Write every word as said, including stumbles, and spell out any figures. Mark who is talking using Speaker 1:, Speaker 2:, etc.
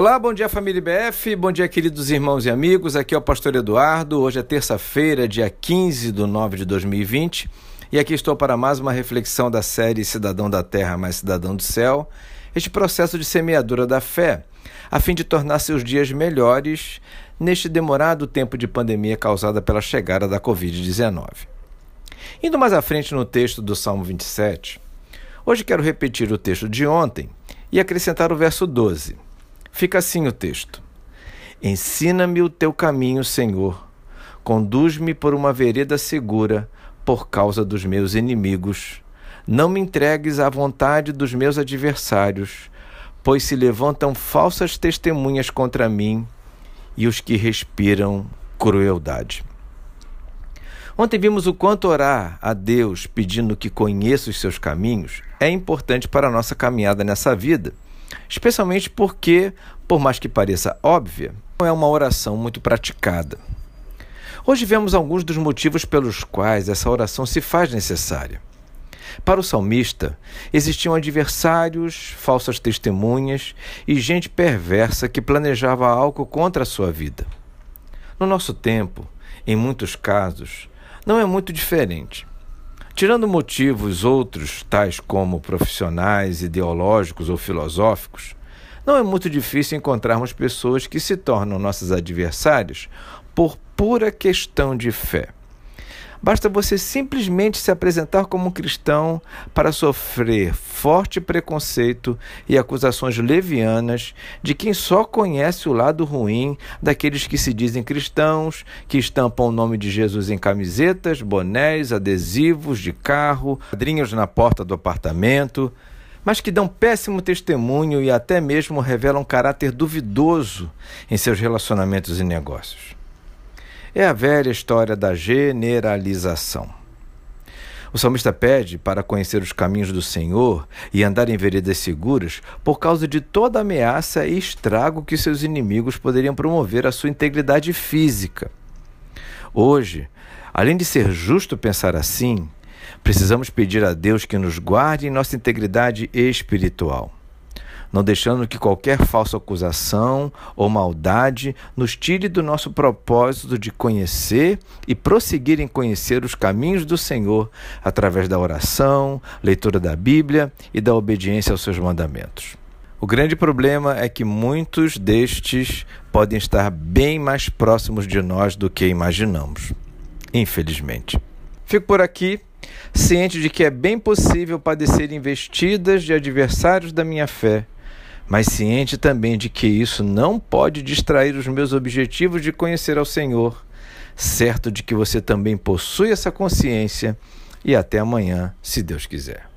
Speaker 1: Olá, bom dia família I B F, bom dia queridos irmãos e amigos, aqui é o pastor Eduardo, hoje é terça-feira, dia quinze de nove de dois mil e vinte e aqui estou para mais uma reflexão da série Cidadão da Terra mais Cidadão do Céu, este processo de semeadura da fé, a fim de tornar seus dias melhores neste demorado tempo de pandemia causada pela chegada da covid dezenove. Indo mais à frente no texto do Salmo vinte e sete, hoje quero repetir o texto de ontem e acrescentar o verso doze. Fica assim o texto: Ensina-me o teu caminho, Senhor, conduz-me por uma vereda segura por causa dos meus inimigos. Não me entregues à vontade dos meus adversários, pois se levantam falsas testemunhas contra mim e os que respiram crueldade. Ontem vimos o quanto orar a Deus pedindo que conheça os seus caminhos é importante para a nossa caminhada nessa vida, especialmente porque, por mais que pareça óbvia, não é uma oração muito praticada. Hoje vemos alguns dos motivos pelos quais essa oração se faz necessária. Para o salmista, existiam adversários, falsas testemunhas e gente perversa que planejava algo contra a sua vida. No nosso tempo, em muitos casos, não é muito diferente. Tirando motivos outros, tais como profissionais, ideológicos ou filosóficos, não é muito difícil encontrarmos pessoas que se tornam nossos adversários por pura questão de fé. Basta você simplesmente se apresentar como um cristão para sofrer forte preconceito e acusações levianas de quem só conhece o lado ruim daqueles que se dizem cristãos, que estampam o nome de Jesus em camisetas, bonés, adesivos de carro, quadrinhos na porta do apartamento, mas que dão péssimo testemunho e até mesmo revelam caráter duvidoso em seus relacionamentos e negócios. É a velha história da generalização. O salmista pede para conhecer os caminhos do Senhor e andar em veredas seguras por causa de toda ameaça e estrago que seus inimigos poderiam promover à sua integridade física. Hoje, além de ser justo pensar assim, precisamos pedir a Deus que nos guarde em nossa integridade espiritual, não deixando que qualquer falsa acusação ou maldade nos tire do nosso propósito de conhecer e prosseguir em conhecer os caminhos do Senhor através da oração, leitura da Bíblia e da obediência aos seus mandamentos. O grande problema é que muitos destes podem estar bem mais próximos de nós do que imaginamos, infelizmente. Fico por aqui, ciente de que é bem possível padecer investidas de adversários da minha fé, mas ciente também de que isso não pode distrair os meus objetivos de conhecer ao Senhor, certo de que você também possui essa consciência, e até amanhã, se Deus quiser.